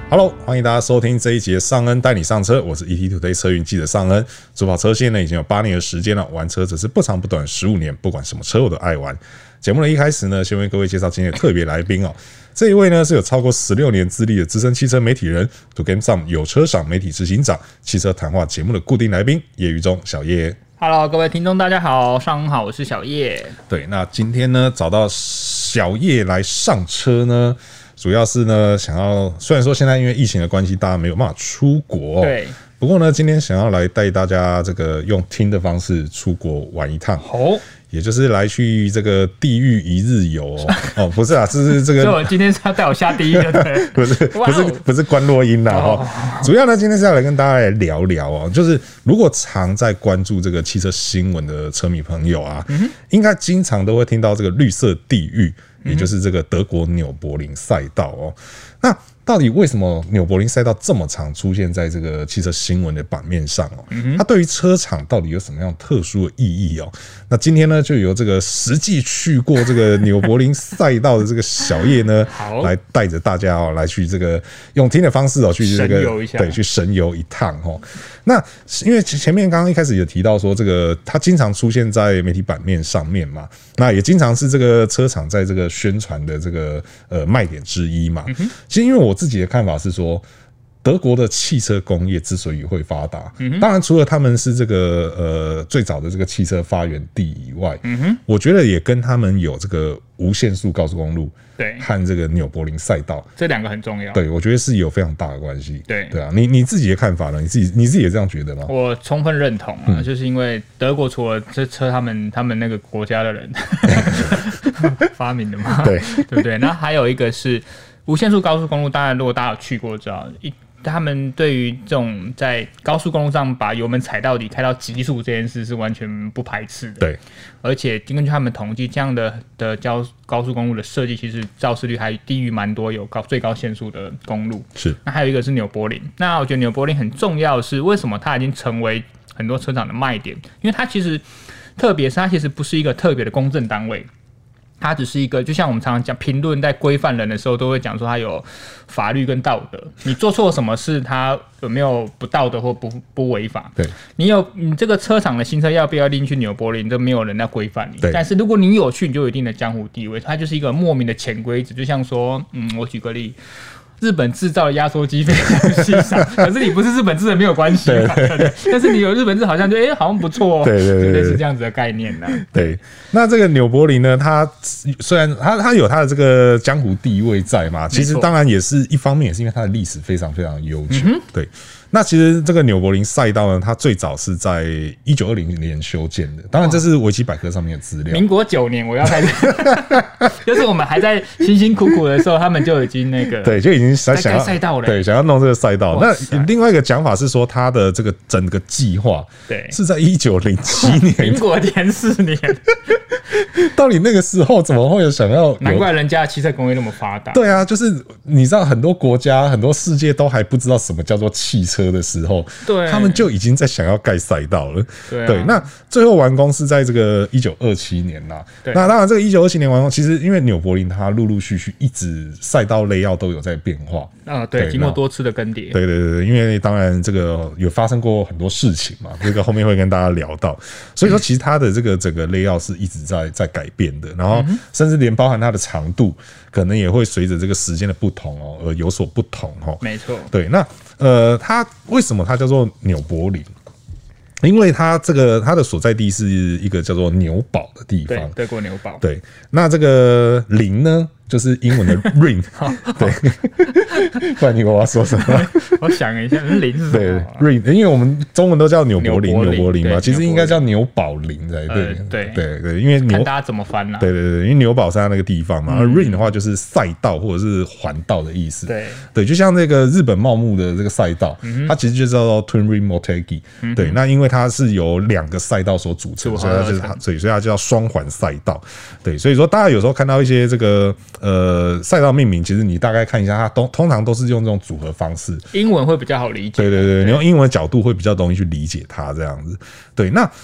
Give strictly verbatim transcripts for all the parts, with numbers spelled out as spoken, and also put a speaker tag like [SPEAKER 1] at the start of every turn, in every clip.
[SPEAKER 1] Hello， 欢迎大家收听这一节尚恩带你上车，我是 E T Today 车云记者尚恩。主跑车线呢已经有八年的时间了，玩车只是不长不短十五年，不管什么车我都爱玩。节目的一开始呢，先为各位介绍今天的特别来宾哦。这一位呢是有超过十六年资历的资深汽车媒体人 ，To Game Some 有车赏媒体执行长，汽车谈话节目的固定来宾，业余中小叶。
[SPEAKER 2] Hello， 各位听众大家好，上午好，我是小叶。
[SPEAKER 1] 对，那今天呢找到小叶来上车呢，主要是呢想要，虽然说现在因为疫情的关系，大家没有办法出国、哦，
[SPEAKER 2] 对。
[SPEAKER 1] 不过呢，今天想要来带大家这个用听的方式出国玩一趟，
[SPEAKER 2] 哦，
[SPEAKER 1] 也就是来去这个地狱一日游哦，哦不是啊，这是这个，
[SPEAKER 2] 所以我今天是要带我下地狱的，对，
[SPEAKER 1] 不是不是不是关落音啦哈、哦，主要呢今天是要来跟大家来聊聊哦，就是如果常在关注这个汽车新闻的车迷朋友啊，嗯、应该经常都会听到这个绿色地狱，也就是这个德国纽柏林赛道哦，那。到底为什么纽柏林赛道这么常出现在这个汽车新闻的版面上哦？它对于车厂到底有什么样特殊的意义哦？那今天呢，就由这个实际去过这个纽柏林赛道的这个小叶呢，来带着大家哦，来去这个用听的方式哦，去这个对去神游一趟哦。那因为前面刚刚一开始有提到说，这个它经常出现在媒体版面上面嘛，那也经常是这个车厂在这个宣传的这个呃卖点之一嘛。其实因为我自己的看法是说，德国的汽车工业之所以会发达，嗯、当然除了他们是这个呃最早的这个汽车发源地以外，嗯、我觉得也跟他们有这个无限速高速公路。对，和这个纽柏林赛道，
[SPEAKER 2] 这两个很重要。
[SPEAKER 1] 对，我觉得是有非常大的关系。
[SPEAKER 2] 对，
[SPEAKER 1] 对啊，你你自己的看法呢？你自己你自己也这样觉得吗？
[SPEAKER 2] 我充分认同啊，嗯、就是因为德国除了这车他们他们那个国家的人发明的嘛，对对不对？那还有一个是无限速高速公路，当然如果大家有去过，知道一。他们对于这种在高速公路上把油门踩到底、开到极速这件事是完全不排斥的。对，而且根据他们统计，这样的的高高速公路的设计，其实肇事率还低于蛮多有高最高限速的公路。是。那还有一个是纽柏林，那我觉得纽柏林很重要的是，为什么它已经成为很多车厂的卖点？因为它其实，特别是它其实不是一个特别的公正单位。它只是一个，就像我们常常讲评论在规范人的时候，都会讲说它有法律跟道德。你做错什么事，它有没有不道德或不不违法？对，你有你这个车厂的新车要不要拎去纽柏林，都没有人在规范你。但是如果你有去，你就有一定的江湖地位。它就是一个莫名的潜规则，就像说，嗯，我举个例。日本制造的压缩机非常稀少，可是你不是日本制的没有关系嘛？对对对，但是你有日本制，好像就哎、欸，好像不错哦。对对对，类似这样子的概念呢、啊。对，
[SPEAKER 1] 那这个纽柏林呢，它虽然它它有它的这个江湖地位在嘛，其实当然也是一方面，也是因为它的历史非常非常悠久。嗯、对。那其实这个纽柏林赛道呢，它最早是在一九二零年修建的，当然这是维基百科上面的资料。
[SPEAKER 2] 民国九年，我要开始，就是我们还在辛辛苦苦的时候，他们就已经那个
[SPEAKER 1] 对，就已经想想要
[SPEAKER 2] 赛道了，
[SPEAKER 1] 对，想要弄这个赛道。那另外一个讲法是说，它的这个整个计划对是在一九零七年，
[SPEAKER 2] 民国前四年。
[SPEAKER 1] 到底那个时候怎么会有想要有？
[SPEAKER 2] 难怪人家的汽车工业那么发达。
[SPEAKER 1] 对啊，就是你知道很多国家、很多世界都还不知道什么叫做汽车的时候，对，他们就已经在想要盖赛道了。对、啊，对，那最后完工是在这个一九二七年啦。那当然，这个一九二七年完工，其实因为纽柏林它陆陆续续一直赛道layout都有在变化
[SPEAKER 2] 啊，对，经过多次的更迭。
[SPEAKER 1] 对对对，因为当然这个有发生过很多事情嘛，这个后面会跟大家聊到。所以说，其实它的这个整个layout是一直在在改变的，然后甚至连包含它的长度，可能也会随着这个时间的不同哦而有所不同哦。
[SPEAKER 2] 没错，
[SPEAKER 1] 对，那呃，它为什么它叫做纽柏林？因为它这个它的所在地是一个叫做纽堡的地方，
[SPEAKER 2] 德国纽堡。
[SPEAKER 1] 对，那这个林呢？就是英文的 ring， 对，不然你我要说什么？
[SPEAKER 2] 我想一下，林是什么？
[SPEAKER 1] 对 ，ring， 因为我们中文都叫纽柏林，纽柏林嘛，其实应该叫纽堡林才对。对对对，因为
[SPEAKER 2] 看大家怎么翻啦。
[SPEAKER 1] 对对对，因为纽堡是它那个地方嘛，而 ring 的话就是赛道或者是环道的意思。对对，就像那个日本茂木的这个赛道，它其实就叫做 Twin Ring Motegi。对，那因为它是由两个赛道所组成，所以它就是所以所以它叫双环赛道。对，所以说大家有时候看到一些这个。呃，赛道命名其实你大概看一下，它都通常都是用这种组合方式，
[SPEAKER 2] 英文会比较好理解。
[SPEAKER 1] 对对对，你用英文角度会比较容易去理解它这样子。对，那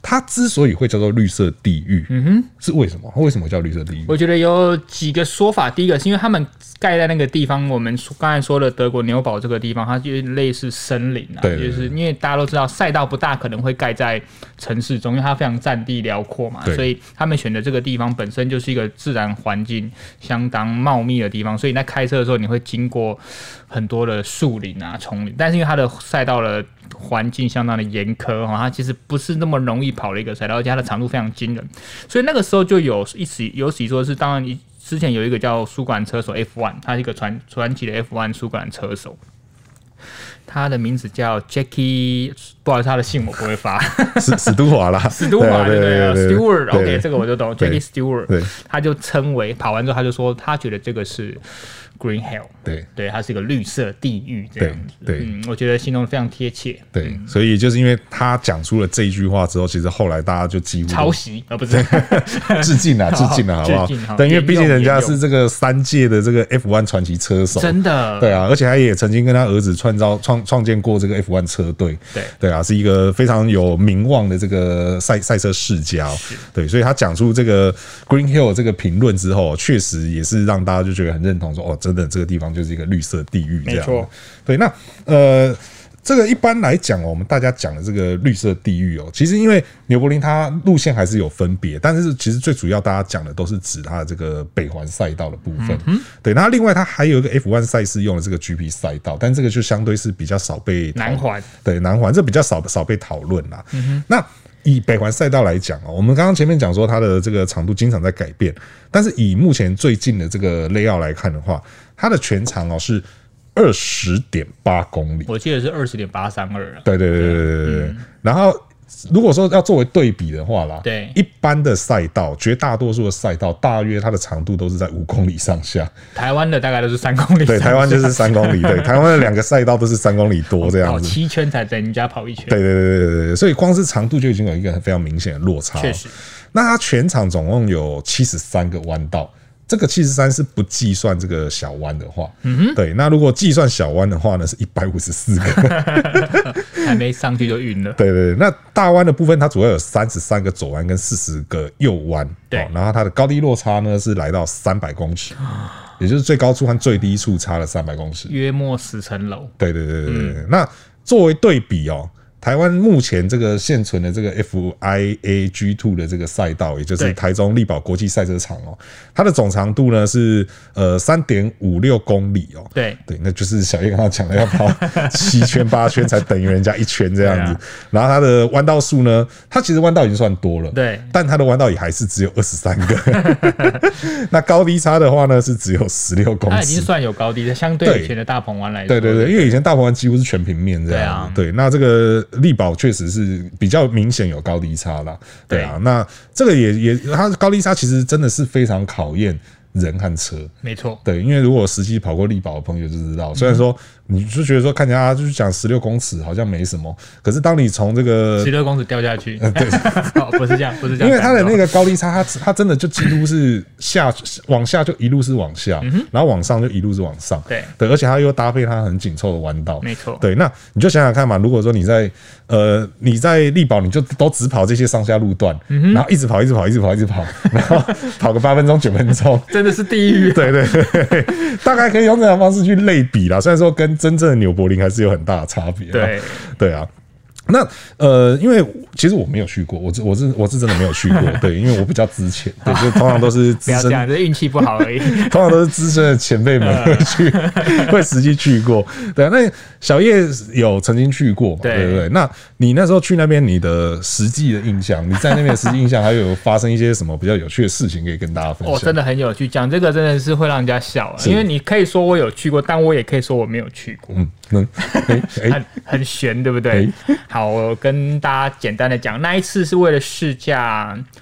[SPEAKER 1] 它之所以会叫做绿色地狱，嗯哼，是为什么？为什么叫绿色地狱？
[SPEAKER 2] 我觉得有几个说法。第一个是因为他们盖在那个地方，我们刚才说的德国纽堡这个地方，它就类似森林啊，
[SPEAKER 1] 对对对，
[SPEAKER 2] 就是因为大家都知道赛道不大，可能会盖在城市中，因为它非常占地辽阔嘛，所以他们选的这个地方本身就是一个自然环境相当茂密的地方，所以你在开车的时候你会经过很多的树林啊、丛林，但是因为它的赛道的环境相当的严苛，它其实不是那么容易跑的一个赛道，而且它的长度非常惊人，所以那个时候就有一起有起说是，当然你之前有一个叫苏格兰车手 F 一， 他是一个传传奇的 F 一 苏格兰车手。他的名字叫 Jackie， 不好意思，他的姓我不会发，
[SPEAKER 1] 史史都华啦，
[SPEAKER 2] 史都华对对对 ，Stewart，OK， 这个我就懂
[SPEAKER 1] ，Jackie
[SPEAKER 2] Stewart， 他就称为跑完之后他就说他觉得这个是 Green Hell，
[SPEAKER 1] 对对，
[SPEAKER 2] 它是一个绿色地狱这样子，
[SPEAKER 1] 对，
[SPEAKER 2] 嗯，我觉得形容得非常贴切，
[SPEAKER 1] 对，
[SPEAKER 2] 嗯、
[SPEAKER 1] 所以就是因为他讲出了这一句话之后，其实后来大家就几乎
[SPEAKER 2] 抄袭，而、啊、不是
[SPEAKER 1] 致敬啊，致敬啊，好不好？对，因为毕竟人家是这个三届的这个 F 一 传奇车手，
[SPEAKER 2] 真的，
[SPEAKER 1] 对啊，而且他也曾经跟他儿子创造创创建过这个 F 一 车队，
[SPEAKER 2] 对
[SPEAKER 1] 对啊，是一个非常有名望的这个赛赛车世家，对，所以他讲出这个 Green Hill 这个评论之后，确实也是让大家就觉得很认同说，哦，真的这个地方就是一个绿色地狱，这样，没错，对，那呃。这个一般来讲，我们大家讲的这个绿色地狱哦，其实因为纽柏林它路线还是有分别，但是其实最主要大家讲的都是指它的这个北环赛道的部分。嗯、对，那另外它还有一个 F 一 赛事用的这个 G P 赛道，但这个就相对是比较少被
[SPEAKER 2] 南环，
[SPEAKER 1] 对南环这比较少少被讨论啦。嗯、那以北环赛道来讲哦，我们刚刚前面讲说它的这个长度经常在改变，但是以目前最近的这个 layout 来看的话，它的全长哦是二十点八公里，
[SPEAKER 2] 我记得是二十点八三二。
[SPEAKER 1] 对对对对对对。嗯、然后如果说要作为对比的话啦，
[SPEAKER 2] 对，
[SPEAKER 1] 一般的赛道，绝大多数的赛道，大约它的长度都是在五公里上下。
[SPEAKER 2] 台湾的大概都是三公里。
[SPEAKER 1] 对，台湾就是三公里。对，台湾的两个赛道都是三公里多这样子。
[SPEAKER 2] 跑七圈才等人家跑一圈。
[SPEAKER 1] 对对对对对，所以光是长度就已经有一个非常明显的落差。
[SPEAKER 2] 确实。
[SPEAKER 1] 那它全场总共有七十三个弯道。这个七十三是不计算这个小弯的话，嗯哼，对。那如果计算小弯的话呢，是一百五十四个，
[SPEAKER 2] 还没上去就晕了。
[SPEAKER 1] 对对对，那大弯的部分它主要有三十三个左弯跟四十个右弯，
[SPEAKER 2] 对。
[SPEAKER 1] 哦、然后它的高低落差呢是来到三百公尺，也就是最高处和最低处差了三百公尺，
[SPEAKER 2] 约莫十层楼。
[SPEAKER 1] 对对对对对。嗯、那作为对比哦。台湾目前这个现存的这个 F I A G 二 的这个赛道，也就是台中力宝国际赛车场哦，它的总长度呢是呃 三点五六公里哦。
[SPEAKER 2] 对
[SPEAKER 1] 对，那就是小叶刚刚讲的，要跑七圈八圈才等于人家一圈这样子。啊、然后它的弯道数呢，它其实弯道已经算多了，
[SPEAKER 2] 对，
[SPEAKER 1] 但它的弯道也还是只有二十三个。那高低差的话呢，是只有十六公尺。
[SPEAKER 2] 它已经算有高低的，相对以前的大鹏湾来说。
[SPEAKER 1] 对对对，因为以前大鹏湾几乎是全平面这样子。对啊，对，那这个。力宝确实是比较明显有高低差啦，对啊，那这个也也它高低差其实真的是非常考验人和车，
[SPEAKER 2] 没错，
[SPEAKER 1] 对，因为如果实际跑过力宝的朋友就知道，虽然说你就觉得说看起来啊，就是讲十六公尺好像没什么，可是当你从这个
[SPEAKER 2] 十六公尺掉下去，
[SPEAKER 1] 呃、对
[SPEAKER 2] 哦，不是这样，不是这样，
[SPEAKER 1] 因为它的那个高低差，它它真的就几乎是下往下就一路是往下，嗯、然后往上就一路是往上，
[SPEAKER 2] 对
[SPEAKER 1] 对，而且它又搭配它很紧凑的弯道，
[SPEAKER 2] 没错，
[SPEAKER 1] 对，那你就想想看嘛，如果说你在呃你在力宝，你就都只跑这些上下路段，嗯、然后一直跑，一直跑，一直跑，一直跑，然后跑个八分钟九分钟，
[SPEAKER 2] 真的是地狱、啊，
[SPEAKER 1] 对对对，大概可以用这种方式去类比啦，虽然说跟真正的纽柏林还是有很大的差别。
[SPEAKER 2] 对
[SPEAKER 1] 对啊，那呃，因为其实我没有去过，我我是我是真的没有去过，对，因为我比较资浅，对，就通常都是资深，
[SPEAKER 2] 不要讲，这运气不好而已。
[SPEAKER 1] 通常都是资深的前辈们会去，会实际去过。对啊，那小叶有曾经去过嘛？对对对。那你那时候去那边，你的实际的印象，你在那边的实际印象，还有发生一些什么比较有趣的事情可以跟大家分享？
[SPEAKER 2] 哦，真的很有趣，讲这个真的是会让人家笑啊，因为你可以说我有去过，但我也可以说我没有去过。嗯嗯，欸欸、很很悬，对不对？欸好，我跟大家简单的讲，那一次是为了试驾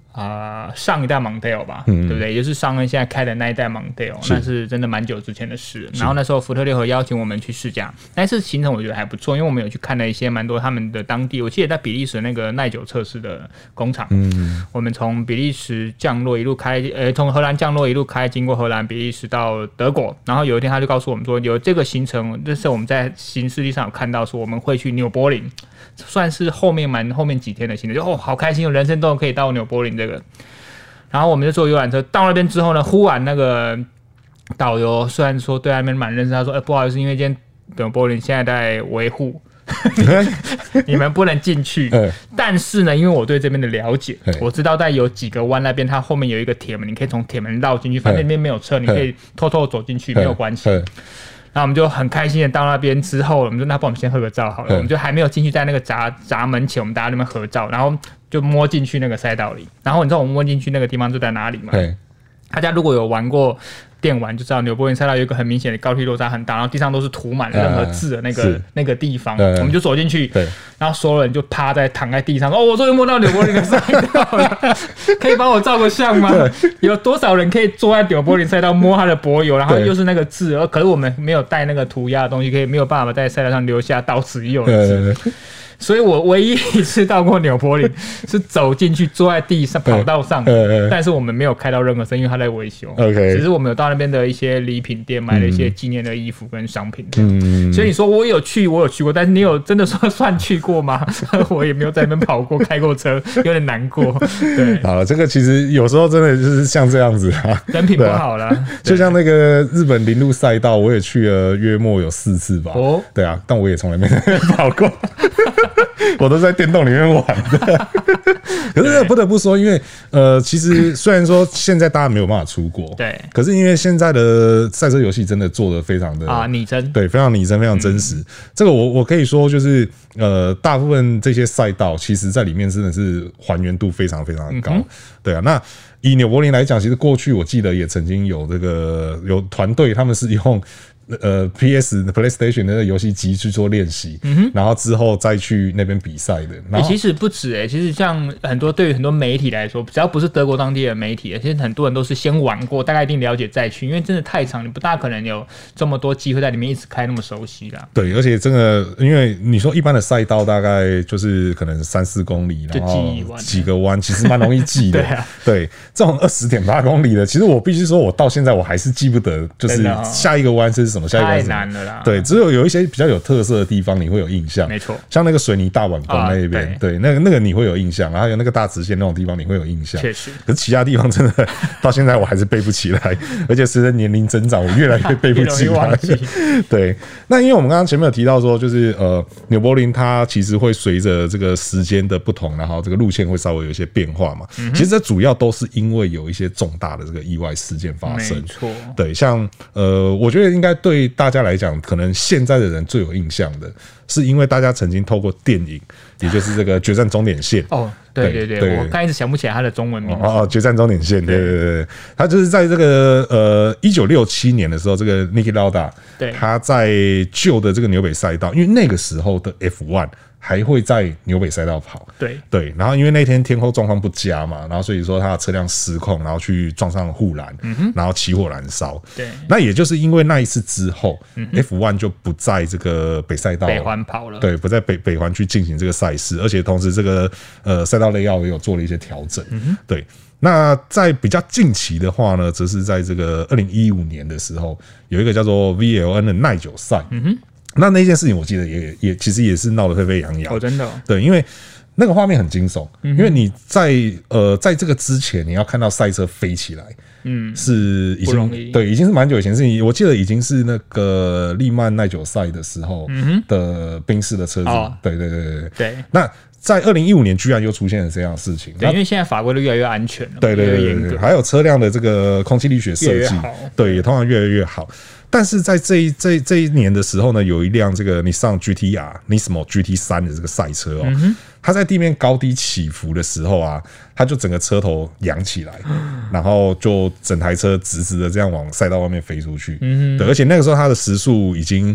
[SPEAKER 2] 啊、呃，上一代 Mondeo 吧，嗯、对不对？也就是上恩现在开的那一代 Mondeo， 那是真的蛮久之前的事。然后那时候福特六合邀请我们去试驾，那次行程我觉得还不错，因为我们有去看了一些蛮多他们的当地，我记得在比利时那个耐久测试的工厂，嗯，我们从比利时降落一路开，呃，从荷兰降落一路开，经过荷兰、比利时到德国。然后有一天他就告诉我们说，有这个行程，这是我们在行事历上有看到说我们会去纽柏林。算是后面蛮后面几天的行程，就哦好开心，人生都可以到纽柏林这个。然后我们就坐游览车到那边之后呢，忽然那个导游虽然说对那边蛮认识，他说：“哎、欸，不好意思，因为今天纽柏林现在在维护，你们不能进去。但是呢，因为我对这边的了解，我知道在有几个弯那边，它后面有一个铁门，你可以从铁门绕进去，反正那边没有车，你可以偷偷走进去，没有关系。”然后我们就很开心的到那边之后，我们就那帮我们先合个照好了。我们就还没有进去，在那个闸闸门前，我们大家那边合照，然后就摸进去那个赛道里。然后你知道我们摸进去那个地方就在哪里吗？大家如果有玩过电玩就知道，纽柏林赛道有一个很明显的高低落差很大，然后地上都是涂满了任何字的那个、呃、那个地方，呃、我们就走进去，然后所有人就趴在躺在地上，哦，我终于摸到纽柏林的赛道了，可以帮我照个相吗？有多少人可以坐在纽柏林赛道摸他的柏油，然后又是那个字，可是我们没有带那个涂鸦的东西，可以没有办法在赛道上留下到此一游的字。呃所以我唯一一次到过纽柏林是走进去坐在地上跑道上，但是我们没有开到任何声，因为它在维修。Okay. 只是我们有到那边的一些礼品店买了一些纪念的衣服跟商品。嗯，所以你说我有去，我有去过，但是你有真的说算去过吗？我也没有在那边跑过、开过车，有点难过。对，
[SPEAKER 1] 好了，这个其实有时候真的就是像这样子啊，
[SPEAKER 2] 人品不好了。
[SPEAKER 1] 就像那个日本铃鹿赛道，我也去了约莫有四次吧。哦，对啊，但我也从来没跑过。我都在电动里面玩的，可是不得不说，因为呃，其实虽然说现在大家没有办法出国，对，可是因为现在的赛车游戏真的做得非常的
[SPEAKER 2] 啊拟真，
[SPEAKER 1] 对，非常拟真，非常真实。嗯、这个我我可以说就是呃，大部分这些赛道其实在里面真的是还原度非常非常的高，嗯、对啊，那。以纽柏林来讲，其实过去我记得也曾经有这个有团队，他们是用呃 P S PlayStation 的游戏机去做练习，嗯、然后之后再去那边比赛的。
[SPEAKER 2] 欸、其实不止哎、欸，其实像很多对于很多媒体来说，只要不是德国当地的媒体，其实很多人都是先玩过，大概一定了解再去，因为真的太长，你不大可能有这么多机会在里面一直开那么熟悉啦。
[SPEAKER 1] 对，而且真的，因为你说一般的赛道大概就是可能三四公里，然后几个弯，其实蛮容易记的。对啊，对。这种二十点八公里的，其实我必须说，我到现在我还是记不得，就是下一个弯是什么，下一个弯是什么。太难了啦。对，只有有一些比较有特色的地方你会有印象，
[SPEAKER 2] 没错。
[SPEAKER 1] 像那个水泥大碗宫那一边、啊，对，那个那个你会有印象，然后还有那个大直线那种地方你会有印象。
[SPEAKER 2] 确实。
[SPEAKER 1] 可是其他地方真的到现在我还是背不起来，而且随着年龄增长，我越来越背不起来。对，那因为我们刚刚前面有提到说，就是呃，纽柏林它其实会随着这个时间的不同，然后这个路线会稍微有一些变化嘛。嗯、其实这主要都是因为有一些重大的这个意外事件发生，
[SPEAKER 2] 没错，
[SPEAKER 1] 对，像呃，我觉得应该对大家来讲，可能现在的人最有印象的，是因为大家曾经透过电影，也就是这个《决战终点线》
[SPEAKER 2] 哦，对对 对, 对，我刚一直想不起来它的中文名字
[SPEAKER 1] 哦，《决战终点线》，对对对对，他就是在这个呃一九六七年的时候，这个 Niki Lauda， 对，他在旧的这个纽北赛道，因为那个时候的 F 一。还会在纽北赛道跑，
[SPEAKER 2] 对
[SPEAKER 1] 对，然后因为那天天候状况不佳嘛，然后所以说他的车辆失控，然后去撞上护栏，嗯、然后起火燃烧。对，那也就是因为那一次之后、嗯、，F 一 就不在这个北赛道
[SPEAKER 2] 北环跑了，
[SPEAKER 1] 对，不在北北环去进行这个赛事，而且同时这个呃赛道layout也有做了一些调整，嗯、对。那在比较近期的话呢，则是在这个二零一五年的时候，有一个叫做 V L N 的耐久赛，嗯哼。那那件事情，我记得也也其实也是闹得沸沸扬扬。
[SPEAKER 2] 哦，真的、哦。
[SPEAKER 1] 对，因为那个画面很惊悚，嗯、因为你在呃在这个之前，你要看到赛车飞起来，嗯，是已经对，已经是蛮久以前的事情。我记得已经是那个利曼耐久赛的时候的宾士的车子。哦、对对对对对。那在二零一五年，居然又出现了这样的事情。
[SPEAKER 2] 对，因为现在法规都越来越安全了，
[SPEAKER 1] 对对对对对，还有车辆的这个空气力学设计，对，也通常越来越好。但是在这一这这一年的时候呢，有一辆这个 Nissan G T R Nismo G T 三的这个赛车哦，嗯、它在地面高低起伏的时候啊，它就整个车头扬起来，然后就整台车直直的这样往赛道外面飞出去。嗯、对，而且那个时候它的时速已经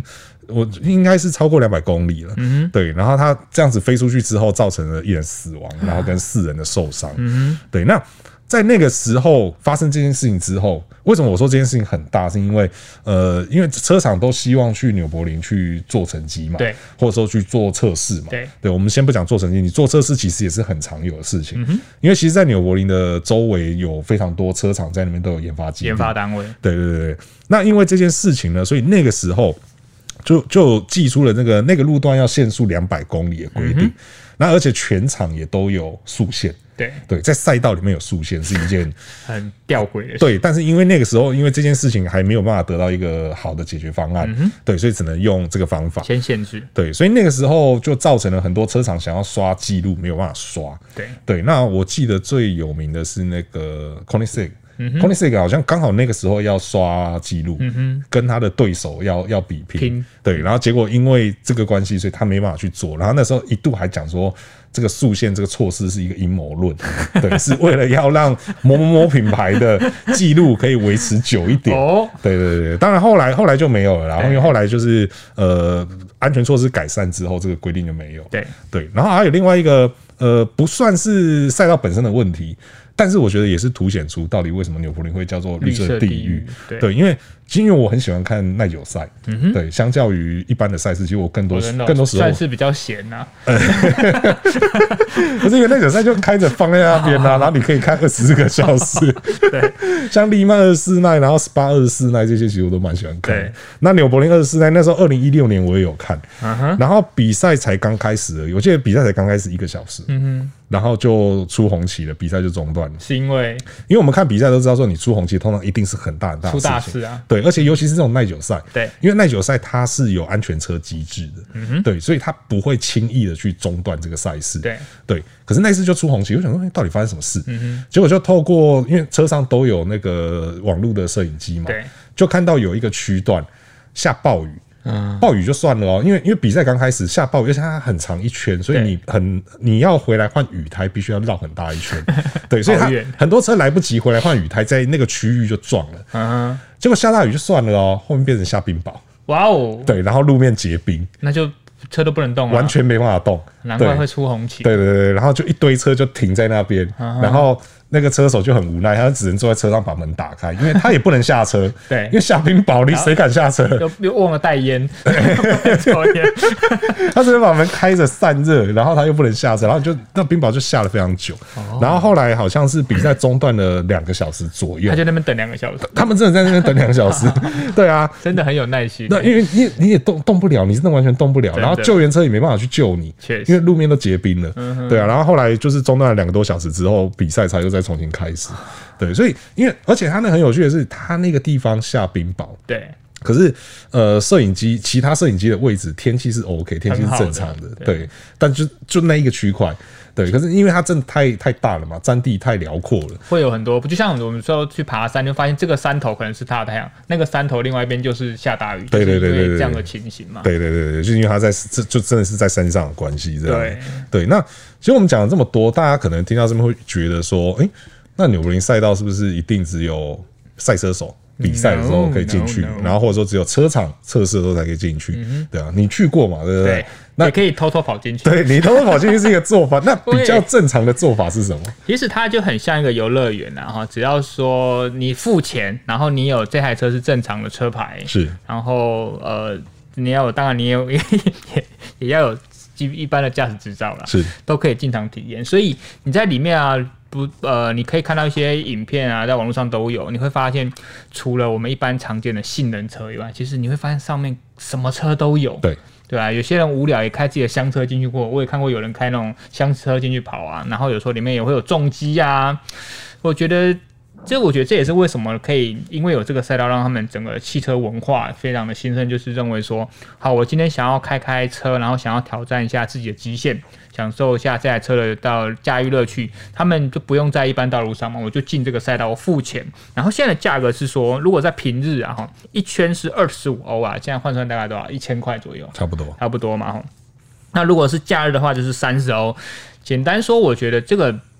[SPEAKER 1] 我应该是超过两百公里了，嗯、对。然后它这样子飞出去之后，造成了一人死亡，然后跟四人的受伤，嗯、对。那在那个时候发生这件事情之后，为什么我说这件事情很大？是因为呃，因为车厂都希望去纽柏林去做成绩嘛，对，或者说去做测试嘛，对。对，我们先不讲做成绩，你做测试其实也是很常有的事情，嗯、因为其实，在纽柏林的周围有非常多车厂在那边都有研发基地、
[SPEAKER 2] 研发单位，
[SPEAKER 1] 对对对。那因为这件事情呢，所以那个时候就就寄出了那个那个路段要限速两百公里的规定，嗯、那而且全场也都有速限。对对，在赛道里面有速限是一件
[SPEAKER 2] 很吊诡的事。
[SPEAKER 1] 对，但是因为那个时候，因为这件事情还没有办法得到一个好的解决方案，嗯、对，所以只能用这个方法
[SPEAKER 2] 先限制。
[SPEAKER 1] 对，所以那个时候就造成了很多车厂想要刷记录没有办法刷。对对，那我记得最有名的是那个 Koenigsegg。Koenigsegg 好像刚好那个时候要刷记录，嗯、跟他的对手要要比拼，拼对，然后结果因为这个关系，所以他没办法去做。然后那时候一度还讲说，这个速限这个措施是一个阴谋论，对，是为了要让某某某品牌的记录可以维持久一点。哦，对对对，当然后来后来就没有了啦，因为后来就是呃安全措施改善之后，这个规定就没有。对对，然后还有另外一个呃不算是赛道本身的问题。但是我觉得也是凸显出到底为什么纽柏林会叫做绿色地狱。对，对，因为因为我很喜欢看耐久赛，嗯、对，相较于一般的赛事，其实我更多更多时候
[SPEAKER 2] 算是比较闲呐、啊。
[SPEAKER 1] 可是因为耐久赛就开着放在那边啊，然后你可以看二十四个小时。对，像利曼二十四耐，然后 Spa 二十四耐这些，其实我都蛮喜欢看。那纽柏林二十四耐那时候二零一六年我也有看，嗯、然后比赛才刚开始而已，我记得比赛才刚开始一个小时。嗯哼。然后就出红旗了，比赛就中断了。是
[SPEAKER 2] 因为，
[SPEAKER 1] 因为我们看比赛都知道，说你出红旗通常一定是很大很大的事情，出大事啊。对，而且尤其是这种耐久赛，对，因为耐久赛它是有安全车机制的，嗯、对，所以它不会轻易的去中断这个赛事。对对，可是那次就出红旗，我想说，到底发生什么事？嗯、结果就透过，因为车上都有那个网络的摄影机嘛，对，就看到有一个区段下暴雨。嗯，暴雨就算了哦，因为因为比赛刚开始下暴雨，而且它很长一圈，所以你很你要回来换雨胎，必须要绕很大一圈。对，所以它很多车来不及回来换雨胎，在那个区域就撞了。嗯，结果下大雨就算了哦，后面变成下冰雹。哇哦，对，然后路面结冰，
[SPEAKER 2] 那就车都不能动了，
[SPEAKER 1] 完全没办法动，
[SPEAKER 2] 难怪会出红旗。
[SPEAKER 1] 对对对，然后就一堆车就停在那边，然后。那个车手就很无奈，他只能坐在车上把门打开，因为他也不能下车。对，因为下冰雹，你谁敢下车？
[SPEAKER 2] 又又忘了带烟，抽烟。
[SPEAKER 1] 他只能把门开着散热，然后他又不能下车，然后就那冰雹就下了非常久。哦、然后后来好像是比赛中断了两个小时左右，
[SPEAKER 2] 他就在那边等两个小时。
[SPEAKER 1] 他们真的在那边等两个小时。对啊，
[SPEAKER 2] 真的很有耐心。
[SPEAKER 1] 那因为你你也动动不了，你真的完全动不了，然后救援车也没办法去救你，因为路面都结冰了。嗯、对啊，然后后来就是中断了两个多小时之后，比赛才又再重新开始。对，所以因为而且他那很有趣的是，他那个地方下冰雹，对，可是呃，摄影机其他摄影机的位置天气是 OK， 天气是正常的，的 对, 对，但就就那一个区块。对，可是因为它真的太太大了嘛，占地太辽阔了，
[SPEAKER 2] 会有很多，就像我们说去爬山，就发现这个山头可能是大太阳，那个山头另外一边就是下大雨，对对对对，这样的情形嘛。
[SPEAKER 1] 对对对对，就是因为它在这就真的是在山上的关系，这样。对对，那其实我们讲了这么多，大家可能听到这边会觉得说，哎、欸，那纽柏林赛道是不是一定只有赛车手比赛的时候可以进去， no, no, no. 然后或者说只有车厂测试的时候才可以进去，嗯、对啊，你去过嘛，对不对？对，
[SPEAKER 2] 那也可以偷偷跑进去。
[SPEAKER 1] 对，你偷偷跑进去是一个做法，那比较正常的做法是什么？
[SPEAKER 2] 其实它就很像一个游乐园啊，哈，只要说你付钱，然后你有这台车是正常的车牌，是，然后呃，你要有，当然你也有也也要有一般的驾驶执照啦，是，都可以进场体验。所以你在里面啊。不呃，你可以看到一些影片啊，在网络上都有。你会发现，除了我们一般常见的性能车以外，其实你会发现上面什么车都有。对对啊，有些人无聊也开自己的厢车进去过，我也看过有人开那种厢车进去跑啊。然后有时候里面也会有重机啊。我觉得，这我觉得这也是为什么可以，因为有这个赛道，让他们整个汽车文化非常的兴盛，就是认为说，好，我今天想要开开车，然后想要挑战一下自己的极限。享受一下这台车的到驾驭乐趣，他们就不用在一般道路上嘛，我就进这个赛道，我付钱。然后现在的价格是说，如果在平日啊，哈，一圈是二十五欧啊，现在换算大概多少？一千块左右，
[SPEAKER 1] 差不多，
[SPEAKER 2] 差不多嘛，哈。那如果是假日的话，就是三十欧。简单说，我觉得这个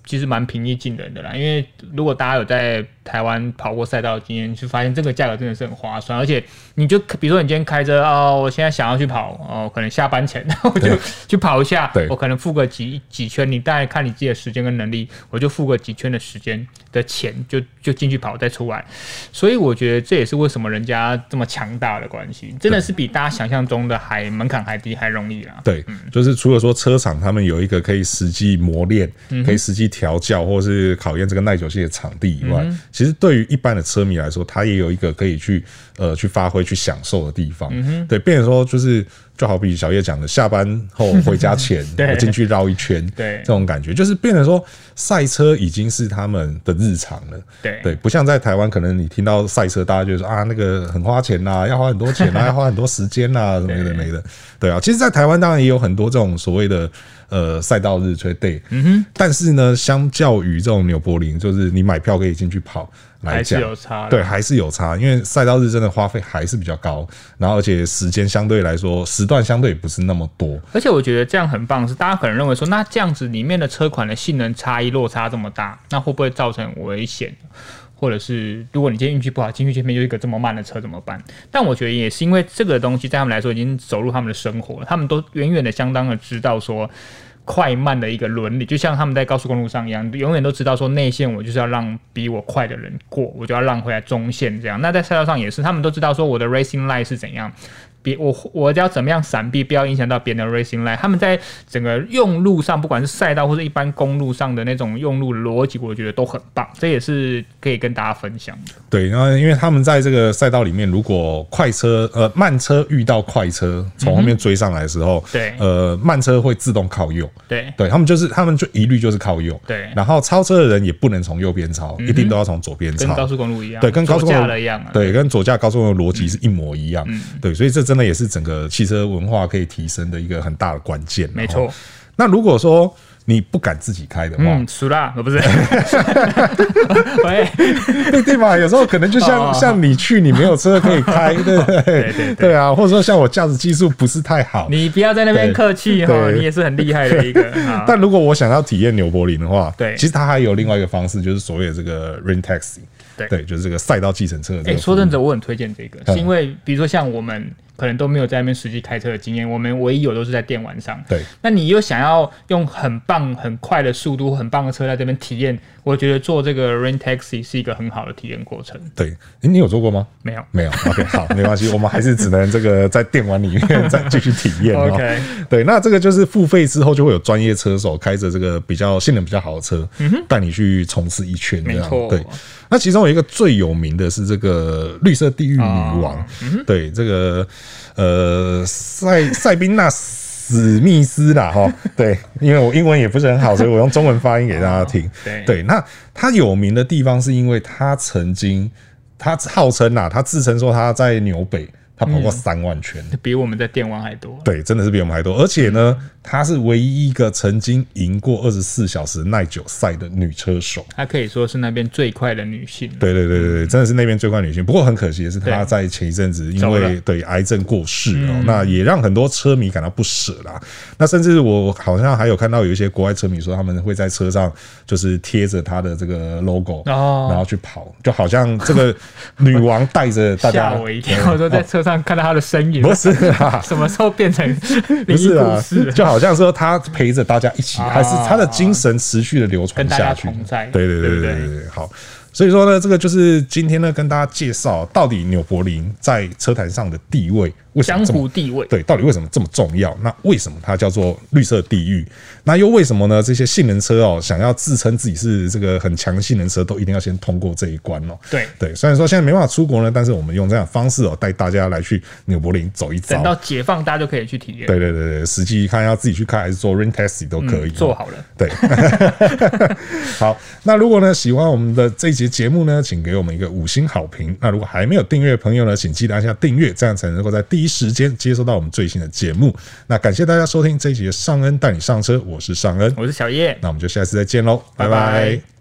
[SPEAKER 2] 其实蛮平易近人的啦，因为如果大家有在台湾跑过赛道的经验，就发现这个价格真的是很划算，而且你就比如说你今天开车哦，我现在想要去跑哦，可能下班前我就去跑一下，我可能付个几几圈，你大概看你自己的时间跟能力，我就付个几圈的时间的钱就就进去跑再出来，所以我觉得这也是为什么人家这么强大的关系，真的是比大家想象中的还门槛还低还容易啦。
[SPEAKER 1] 对，嗯、就是除了说车厂他们有一个可以实际磨练、嗯、可以实际调教或是考验这个耐久性的场地以外、嗯、其实对于一般的车迷来说，他也有一个可以去呃去发挥去享受的地方、嗯、对，变成说就是就好比小叶讲的，下班后回家前我进去绕一圈，对，这种感觉就是变成说赛车已经是他们的日常了，对对，不像在台湾，可能你听到赛车，大家就说啊那个很花钱啦，要花很多钱啦，要花很多时间啦，什么的没的，对啊，其实，在台湾当然也有很多这种所谓的呃赛道日 track day， 嗯哼，但是呢，相较于这种纽柏林，就是你买票可以进去跑。来讲，还是有差，对，还是有差，因为赛道日真的花费还是比较高，然后而且时间相对来说时段相对也不是那么多，
[SPEAKER 2] 而且我觉得这样很棒，是大家可能认为说，那这样子里面的车款的性能差异落差这么大，那会不会造成危险？或者是如果你今天运气不好，进去前面有一个这么慢的车怎么办？但我觉得也是因为这个东西在他们来说已经走入他们的生活了，他们都远远的相当的知道说快慢的一个伦理，就像他们在高速公路上一样，永远都知道说内线我就是要让比我快的人过，我就要让回来中线这样。那在赛道上也是，他们都知道说我的 racing line 是怎样。我我要怎么样闪避，不要影响到别人的 racing line。他们在整个用路上，不管是赛道或者一般公路上的那种用路的逻辑，我觉得都很棒。这也是可以跟大家分享的。
[SPEAKER 1] 对，然后因为他们在这个赛道里面，如果快车呃慢车遇到快车从后面追上来的时候，对、嗯，呃慢车会自动靠右，对，对他们就是他们就一律就是靠右，对。然后超车的人也不能从右边超、嗯，一定都要从左边超，
[SPEAKER 2] 跟高速公路一样，
[SPEAKER 1] 对，跟高速公路
[SPEAKER 2] 一样、啊，
[SPEAKER 1] 对，跟左驾高速公路逻辑是一模一样，嗯、对，所以这真的也是整个汽车文化可以提升的一个很大的关键。
[SPEAKER 2] 没错。
[SPEAKER 1] 那如果说你不敢自己开的话，
[SPEAKER 2] 嗯，输啦，不是，
[SPEAKER 1] 喂，对对吧？有时候可能就像、哦、像你去，你没有车可以开，对不对？对对对啊，或者说像我驾驶技术不是太好，
[SPEAKER 2] 你不要在那边客气哈，你也是很厉害的一个。
[SPEAKER 1] 但如果我想要体验纽柏林的话，对，其实它还有另外一个方式，就是所谓的这个 Rain Taxi。对, 对，就是这个赛道计程车。哎、欸，
[SPEAKER 2] 说真的，我很推荐这个，是因为比如说像我们可能都没有在那边实际开车的经验，我们唯一有都是在电玩上。对，那你又想要用很棒、很快的速度、很棒的车在这边体验，我觉得做这个 Rain Taxi 是一个很好的体验过程。
[SPEAKER 1] 对，欸、你有做过吗？
[SPEAKER 2] 没有，
[SPEAKER 1] 没有。OK， 好，没关系，我们还是只能这个在电玩里面再继续体验。OK， 对，那这个就是付费之后就会有专业车手开着这个比较性能比较好的车，带、嗯、你去冲刺一圈这样。没错，对。那其中有一个最有名的是这个绿色地狱女王，哦嗯、对这个呃塞塞宾娜史密斯啦哈，对，因为我英文也不是很好，所以我用中文发音给大家听。哦、对, 对，那他有名的地方是因为他曾经，他号称呐、啊，他自称说他在纽北。他跑过三万圈、
[SPEAKER 2] 嗯，比我们在电玩还多。
[SPEAKER 1] 对，真的是比我们还多。而且呢，她是唯一一个曾经赢过二十四小时耐久赛的女车手。
[SPEAKER 2] 她可以说是那边最快的女性。
[SPEAKER 1] 对对对对对，真的是那边最快女性。不过很可惜的是，她在前一阵子因为对癌症过世哦、嗯，那也让很多车迷感到不舍啦。那甚至我好像还有看到有一些国外车迷说，他们会在车上就是贴着她的这个 logo，、哦、然后去跑，就好像这个女王带着大家。
[SPEAKER 2] 吓我一跳！我说在车。看到他的身影，
[SPEAKER 1] 不是啊，
[SPEAKER 2] 什么时候变成灵异故事？
[SPEAKER 1] 就好像说他陪着大家一起，还是他的精神持续的流传下去。
[SPEAKER 2] 同在，
[SPEAKER 1] 对对对对对对，好。所以说呢，这个就是今天呢跟大家介绍到底纽柏林在车坛上的地位，为什么
[SPEAKER 2] 江湖地位？
[SPEAKER 1] 对，到底为什么这么重要？那为什么它叫做绿色地狱？那又为什么呢？这些性能车哦，想要自称自己是这个很强性能车，都一定要先通过这一关哦。对对，虽然说现在没办法出国呢，但是我们用这样的方式哦，带大家来去纽柏林走一遭。
[SPEAKER 2] 等到解放，大家就可以去体验。
[SPEAKER 1] 对对对对，实际看要自己去开还是做 Rain Taxi 都可以、嗯。
[SPEAKER 2] 做好了。
[SPEAKER 1] 对，好。那如果呢喜欢我们的这一节节目呢，请给我们一个五星好评。那如果还没有订阅的朋友呢，请记得按下订阅，这样才能够在第一时间接收到我们最新的节目。那感谢大家收听这一集的尚恩带你上车，我是尚恩，
[SPEAKER 2] 我是小叶，
[SPEAKER 1] 那我们就下次再见喽，拜拜。拜拜。